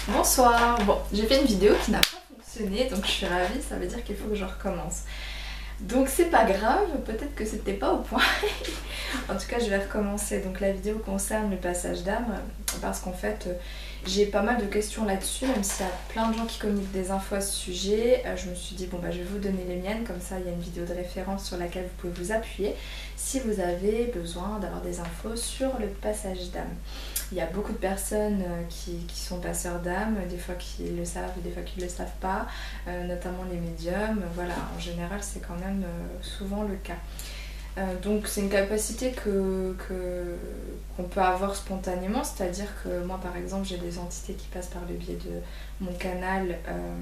Bonsoir. Bon, j'ai fait une vidéo qui n'a pas fonctionné, donc je suis ravie, ça veut dire qu'il faut que je recommence. Donc c'est pas grave, peut-être que c'était pas au point. En tout cas, je vais recommencer. Donc la vidéo concerne le passage d'âme, parce qu'en fait, j'ai pas mal de questions là-dessus, même s'il y a plein de gens qui communiquent des infos à ce sujet. Je me suis dit, bon bah je vais vous donner les miennes, comme ça il y a une vidéo de référence sur laquelle vous pouvez vous appuyer si vous avez besoin d'avoir des infos sur le passage d'âme. Il y a beaucoup de personnes qui sont passeurs d'âme, des fois qui le savent et des fois qui ne le savent pas, notamment les médiums. Voilà, en général c'est quand même souvent le cas. Donc c'est une capacité qu'on peut avoir spontanément, c'est-à-dire que moi par exemple j'ai des entités qui passent par le biais de mon canal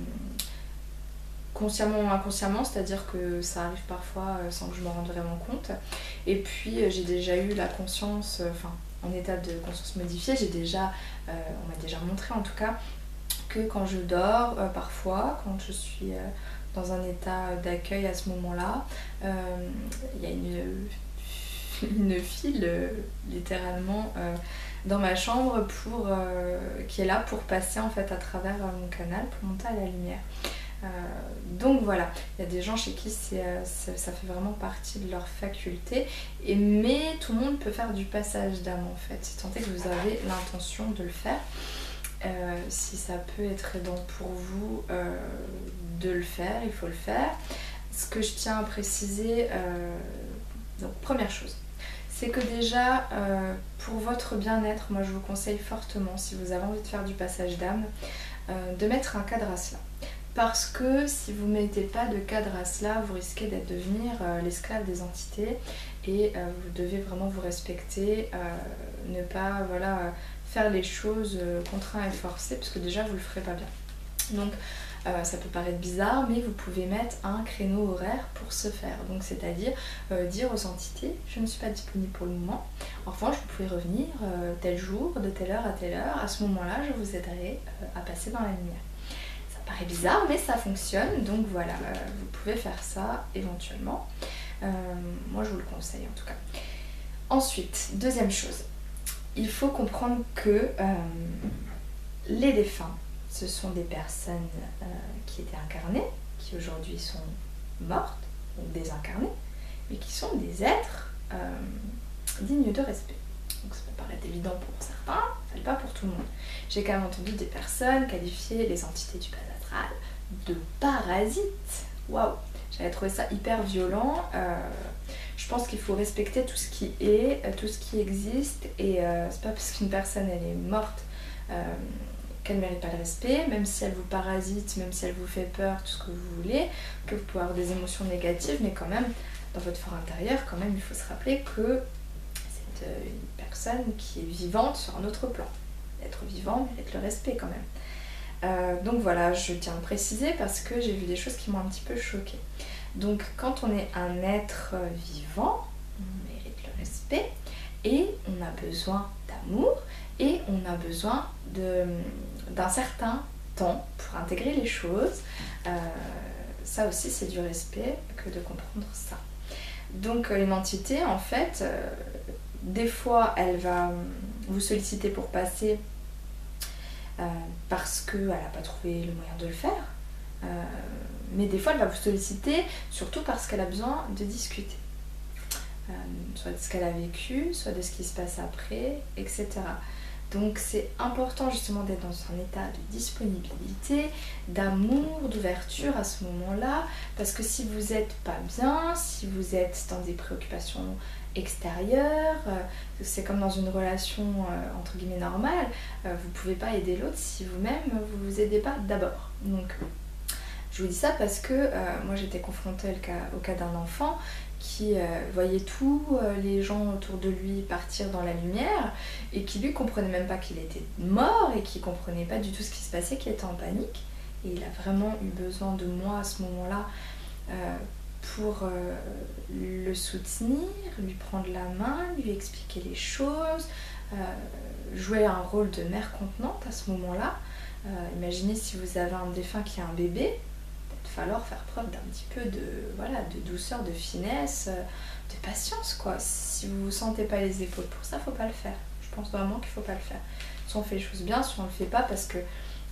consciemment ou inconsciemment, c'est-à-dire que ça arrive parfois sans que je me rende vraiment compte. Et puis j'ai déjà eu la conscience, en état de conscience modifiée, on m'a déjà montré en tout cas, que quand je dors, parfois, quand je suis dans un état d'accueil à ce moment-là, il y a une file littéralement dans ma chambre qui est là pour passer en fait à travers mon canal pour monter à la lumière. Donc voilà, il y a des gens chez qui ça fait vraiment partie de leur faculté, mais tout le monde peut faire du passage d'âme en fait, si tant est que vous avez l'intention de le faire. Si ça peut être aidant pour vous de le faire, il faut le faire. Ce que je tiens à préciser, donc première chose, c'est que déjà pour votre bien-être, moi je vous conseille fortement, si vous avez envie de faire du passage d'âme, de mettre un cadre à cela. Parce que si vous ne mettez pas de cadre à cela, vous risquez d'être devenir l'esclave des entités et vous devez vraiment vous respecter, ne pas faire les choses contraint et forcé, parce que déjà vous le ferez pas bien. Donc ça peut paraître bizarre, mais vous pouvez mettre un créneau horaire pour ce faire. Donc c'est-à-dire dire aux entités, je ne suis pas disponible pour le moment. En revanche, vous pouvez revenir tel jour, de telle heure à telle heure. À ce moment-là, je vous aiderai à passer dans la lumière. Ça paraît bizarre, mais ça fonctionne. Donc voilà, vous pouvez faire ça éventuellement. Moi, je vous le conseille en tout cas. Ensuite, deuxième chose. Il faut comprendre que les défunts, ce sont des personnes qui étaient incarnées, qui aujourd'hui sont mortes ou désincarnées, mais qui sont des êtres dignes de respect. Donc ça peut paraître évident pour certains, ça ne l'est pas pour tout le monde. J'ai quand même entendu des personnes qualifier les entités du bas astral de parasites. Waouh! J'avais trouvé ça hyper violent. Je pense qu'il faut respecter tout ce qui est, tout ce qui existe, et c'est pas parce qu'une personne elle est morte qu'elle ne mérite pas le respect, même si elle vous parasite, même si elle vous fait peur, tout ce que vous voulez, que vous pouvez avoir des émotions négatives, mais quand même, dans votre fort intérieur, quand même, il faut se rappeler que c'est une personne qui est vivante sur un autre plan. Être vivant mérite le respect quand même. Donc voilà, je tiens à le préciser parce que j'ai vu des choses qui m'ont un petit peu choquée. Donc quand on est un être vivant, on mérite le respect et on a besoin d'amour et on a besoin d'un certain temps pour intégrer les choses. Ça aussi c'est du respect que de comprendre ça. Donc une entité en fait, des fois elle va vous solliciter pour passer parce qu'elle n'a pas trouvé le moyen de le faire. Mais des fois elle va vous solliciter surtout parce qu'elle a besoin de discuter. Soit de ce qu'elle a vécu, soit de ce qui se passe après, etc. Donc c'est important justement d'être dans un état de disponibilité, d'amour, d'ouverture à ce moment-là, parce que si vous n'êtes pas bien, si vous êtes dans des préoccupations extérieures, c'est comme dans une relation entre guillemets normale, vous ne pouvez pas aider l'autre si vous-même vous ne vous aidez pas d'abord. Donc je vous dis ça parce que moi j'étais confrontée au cas d'un enfant qui voyait tous les gens autour de lui partir dans la lumière et qui lui comprenait même pas qu'il était mort et qui comprenait pas du tout ce qui se passait, qui était en panique. Et il a vraiment eu besoin de moi à ce moment-là pour le soutenir, lui prendre la main, lui expliquer les choses, jouer un rôle de mère contenante à ce moment-là. Imaginez si vous avez un défunt qui a un bébé, il va falloir faire preuve d'un petit peu de douceur, de finesse, de patience quoi. Si vous vous sentez pas les épaules pour ça, faut pas le faire. Je pense vraiment qu'il faut pas le faire. Soit on fait les choses bien, soit on le fait pas parce que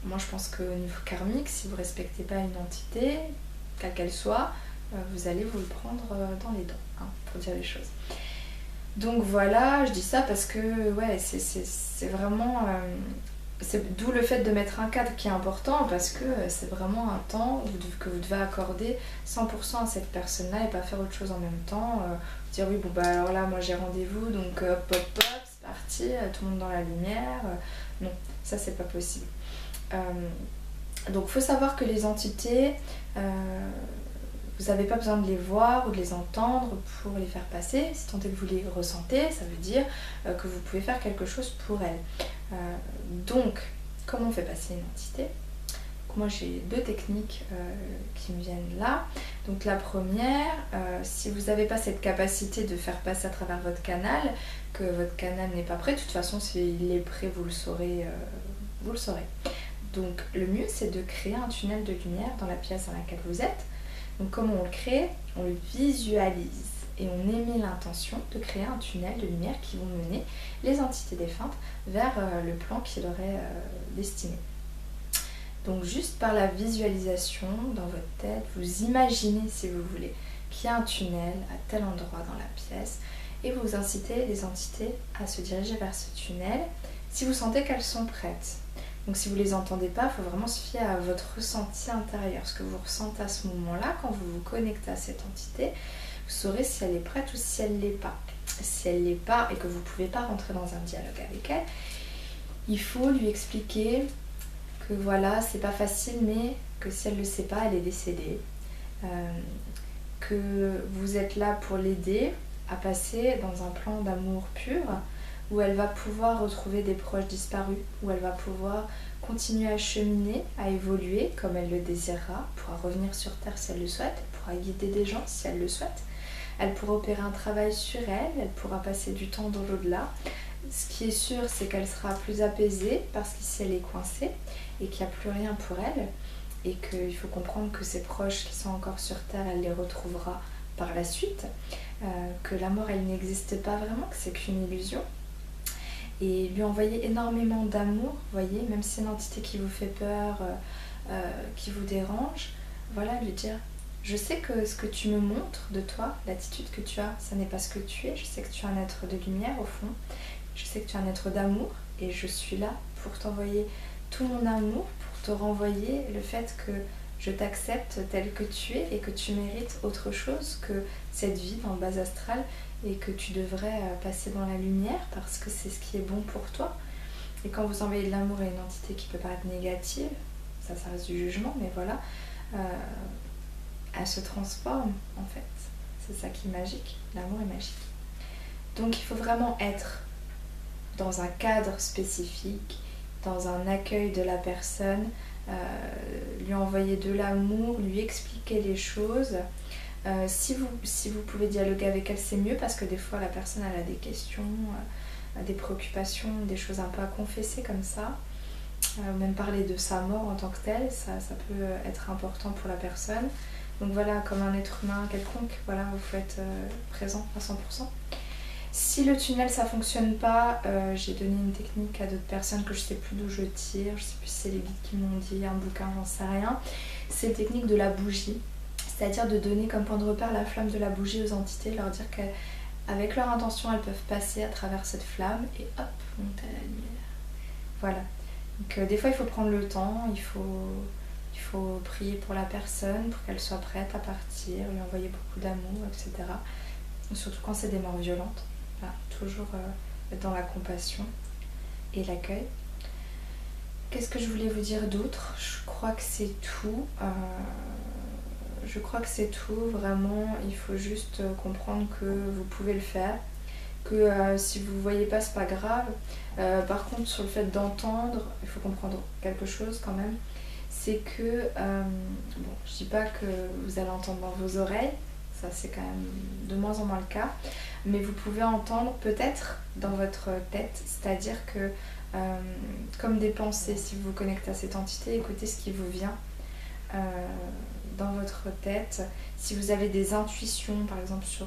Moi je pense qu'au niveau karmique, si vous ne respectez pas une entité, quelle qu'elle soit, vous allez vous le prendre dans les dents, hein, pour dire les choses. Donc voilà, je dis ça parce que ouais, c'est vraiment... c'est d'où le fait de mettre un cadre qui est important, parce que c'est vraiment un temps que vous devez accorder 100% à cette personne-là et pas faire autre chose en même temps. Dire oui, bon bah alors là, moi j'ai rendez-vous, donc hop hop hop, c'est parti, tout le monde dans la lumière. Non, ça c'est pas possible. Donc faut savoir que les entités, vous n'avez pas besoin de les voir ou de les entendre pour les faire passer. Si tant est que vous les ressentez, ça veut dire que vous pouvez faire quelque chose pour elles. Donc, comment on fait passer une entité? Moi j'ai deux techniques qui me viennent là. Donc la première, si vous n'avez pas cette capacité de faire passer à travers votre canal, que votre canal n'est pas prêt, de toute façon s'il est prêt vous le saurez. Vous le saurez. Donc le mieux c'est de créer un tunnel de lumière dans la pièce dans laquelle vous êtes. Donc comment on le crée? On le visualise et on émet l'intention de créer un tunnel de lumière qui vont mener les entités défuntes vers le plan qui leur est destiné. Donc juste par la visualisation dans votre tête, vous imaginez si vous voulez qu'il y a un tunnel à tel endroit dans la pièce et vous incitez les entités à se diriger vers ce tunnel si vous sentez qu'elles sont prêtes. Donc si vous ne les entendez pas, il faut vraiment se fier à votre ressenti intérieur, ce que vous ressentez à ce moment-là quand vous vous connectez à cette entité. Vous saurez si elle est prête ou si elle ne l'est pas. Si elle ne l'est pas et que vous ne pouvez pas rentrer dans un dialogue avec elle, il faut lui expliquer que voilà, c'est pas facile, mais que si elle ne le sait pas, elle est décédée. Que vous êtes là pour l'aider à passer dans un plan d'amour pur, où elle va pouvoir retrouver des proches disparus, où elle va pouvoir continuer à cheminer, à évoluer comme elle le désirera, pourra revenir sur Terre si elle le souhaite, elle pourra guider des gens si elle le souhaite, elle pourra opérer un travail sur elle, elle pourra passer du temps dans l'au-delà. Ce qui est sûr, c'est qu'elle sera plus apaisée parce qu'ici elle est coincée et qu'il n'y a plus rien pour elle et qu'il faut comprendre que ses proches qui sont encore sur Terre, elle les retrouvera par la suite, que la mort elle n'existe pas vraiment, que c'est qu'une illusion. Et lui envoyer énormément d'amour, voyez, même si c'est une entité qui vous fait peur, qui vous dérange, voilà, lui dire je sais que ce que tu me montres de toi, l'attitude que tu as, ça n'est pas ce que tu es, je sais que tu es un être de lumière au fond, je sais que tu es un être d'amour et je suis là pour t'envoyer tout mon amour, pour te renvoyer le fait que je t'accepte tel que tu es et que tu mérites autre chose que cette vie dans le bas astral et que tu devrais passer dans la lumière parce que c'est ce qui est bon pour toi. Et quand vous envoyez de l'amour à une entité qui peut paraître négative, ça reste du jugement, mais voilà, elle se transforme en fait. C'est ça qui est magique, l'amour est magique. Donc il faut vraiment être dans un cadre spécifique, dans un accueil de la personne, lui envoyer de l'amour, lui expliquer les choses. Si vous pouvez dialoguer avec elle, c'est mieux parce que des fois la personne elle a des questions, des préoccupations, des choses un peu à confesser comme ça. Même parler de sa mort en tant que telle, ça peut être important pour la personne. Donc voilà, comme un être humain quelconque, voilà, vous faut être présent à 100%. Si le tunnel ça fonctionne pas, j'ai donné une technique à d'autres personnes que je sais plus d'où je tire, je sais plus si c'est les guides qui m'ont dit, un bouquin, j'en sais rien. C'est la technique de la bougie, c'est-à-dire de donner comme point de repère la flamme de la bougie aux entités, leur dire qu'avec leur intention elles peuvent passer à travers cette flamme et hop, monter à la lumière. Voilà. Donc des fois il faut prendre le temps, il faut prier pour la personne, pour qu'elle soit prête à partir, lui envoyer beaucoup d'amour, etc. Surtout quand c'est des morts violentes. Voilà, toujours être dans la compassion et l'accueil. Qu'est-ce que je voulais vous dire d'autre? Je crois que c'est tout. Vraiment, il faut juste comprendre que vous pouvez le faire. Que si vous ne voyez pas, c'est pas grave. Par contre, sur le fait d'entendre, il faut comprendre quelque chose quand même. C'est que, bon, je dis pas que vous allez entendre dans vos oreilles, ça c'est quand même de moins en moins le cas, mais vous pouvez entendre peut-être dans votre tête, c'est-à-dire que comme des pensées, si vous vous connectez à cette entité, écoutez ce qui vous vient dans votre tête. Si vous avez des intuitions, par exemple sur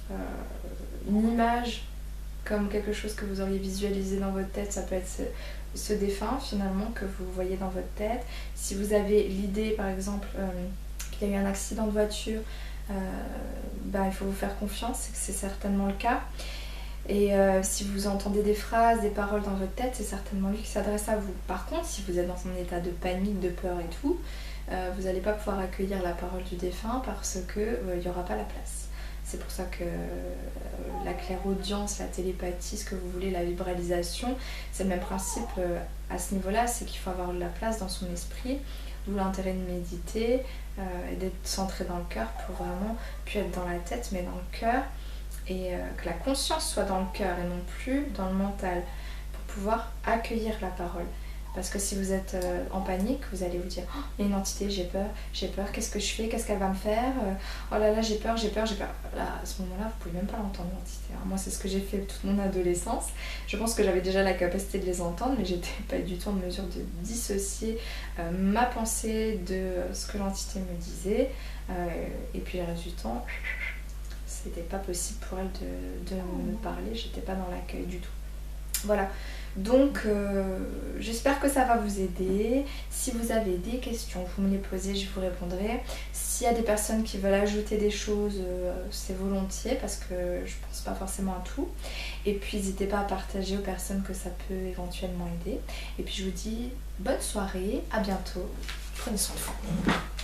une image, comme quelque chose que vous auriez visualisé dans votre tête, ça peut être ce défunt finalement que vous voyez dans votre tête. Si vous avez l'idée par exemple qu'il y a eu un accident de voiture, il faut vous faire confiance, c'est que c'est certainement le cas. Et si vous entendez des phrases, des paroles dans votre tête, c'est certainement lui qui s'adresse à vous. Par contre, si vous êtes dans un état de panique, de peur et tout, vous n'allez pas pouvoir accueillir la parole du défunt parce qu'il n'y aura pas la place. C'est pour ça que la clairaudience, la télépathie, ce que vous voulez, la vibralisation, c'est le même principe à ce niveau-là, c'est qu'il faut avoir de la place dans son esprit, d'où l'intérêt de méditer et d'être centré dans le cœur pour vraiment plus être dans la tête mais dans le cœur. Et que la conscience soit dans le cœur et non plus dans le mental pour pouvoir accueillir la parole. Parce que si vous êtes en panique, vous allez vous dire oh, il y a une entité, j'ai peur, qu'est-ce que je fais, qu'est-ce qu'elle va me faire, oh là là, j'ai peur. Là, à ce moment-là, vous pouvez même pas l'entendre, l'entité. Alors, moi, c'est ce que j'ai fait toute mon adolescence. Je pense que j'avais déjà la capacité de les entendre, mais j'étais pas du tout en mesure de dissocier ma pensée de ce que l'entité me disait. Et puis, le reste du temps, c'était pas possible pour elle de me parler, j'étais pas dans l'accueil du tout. Voilà, donc j'espère que ça va vous aider. Si vous avez des questions, vous me les posez, je vous répondrai. S'il y a des personnes qui veulent ajouter des choses, c'est volontiers parce que je pense pas forcément à tout. Et puis n'hésitez pas à partager aux personnes que ça peut éventuellement aider. Et puis je vous dis bonne soirée, à bientôt, prenez soin de vous.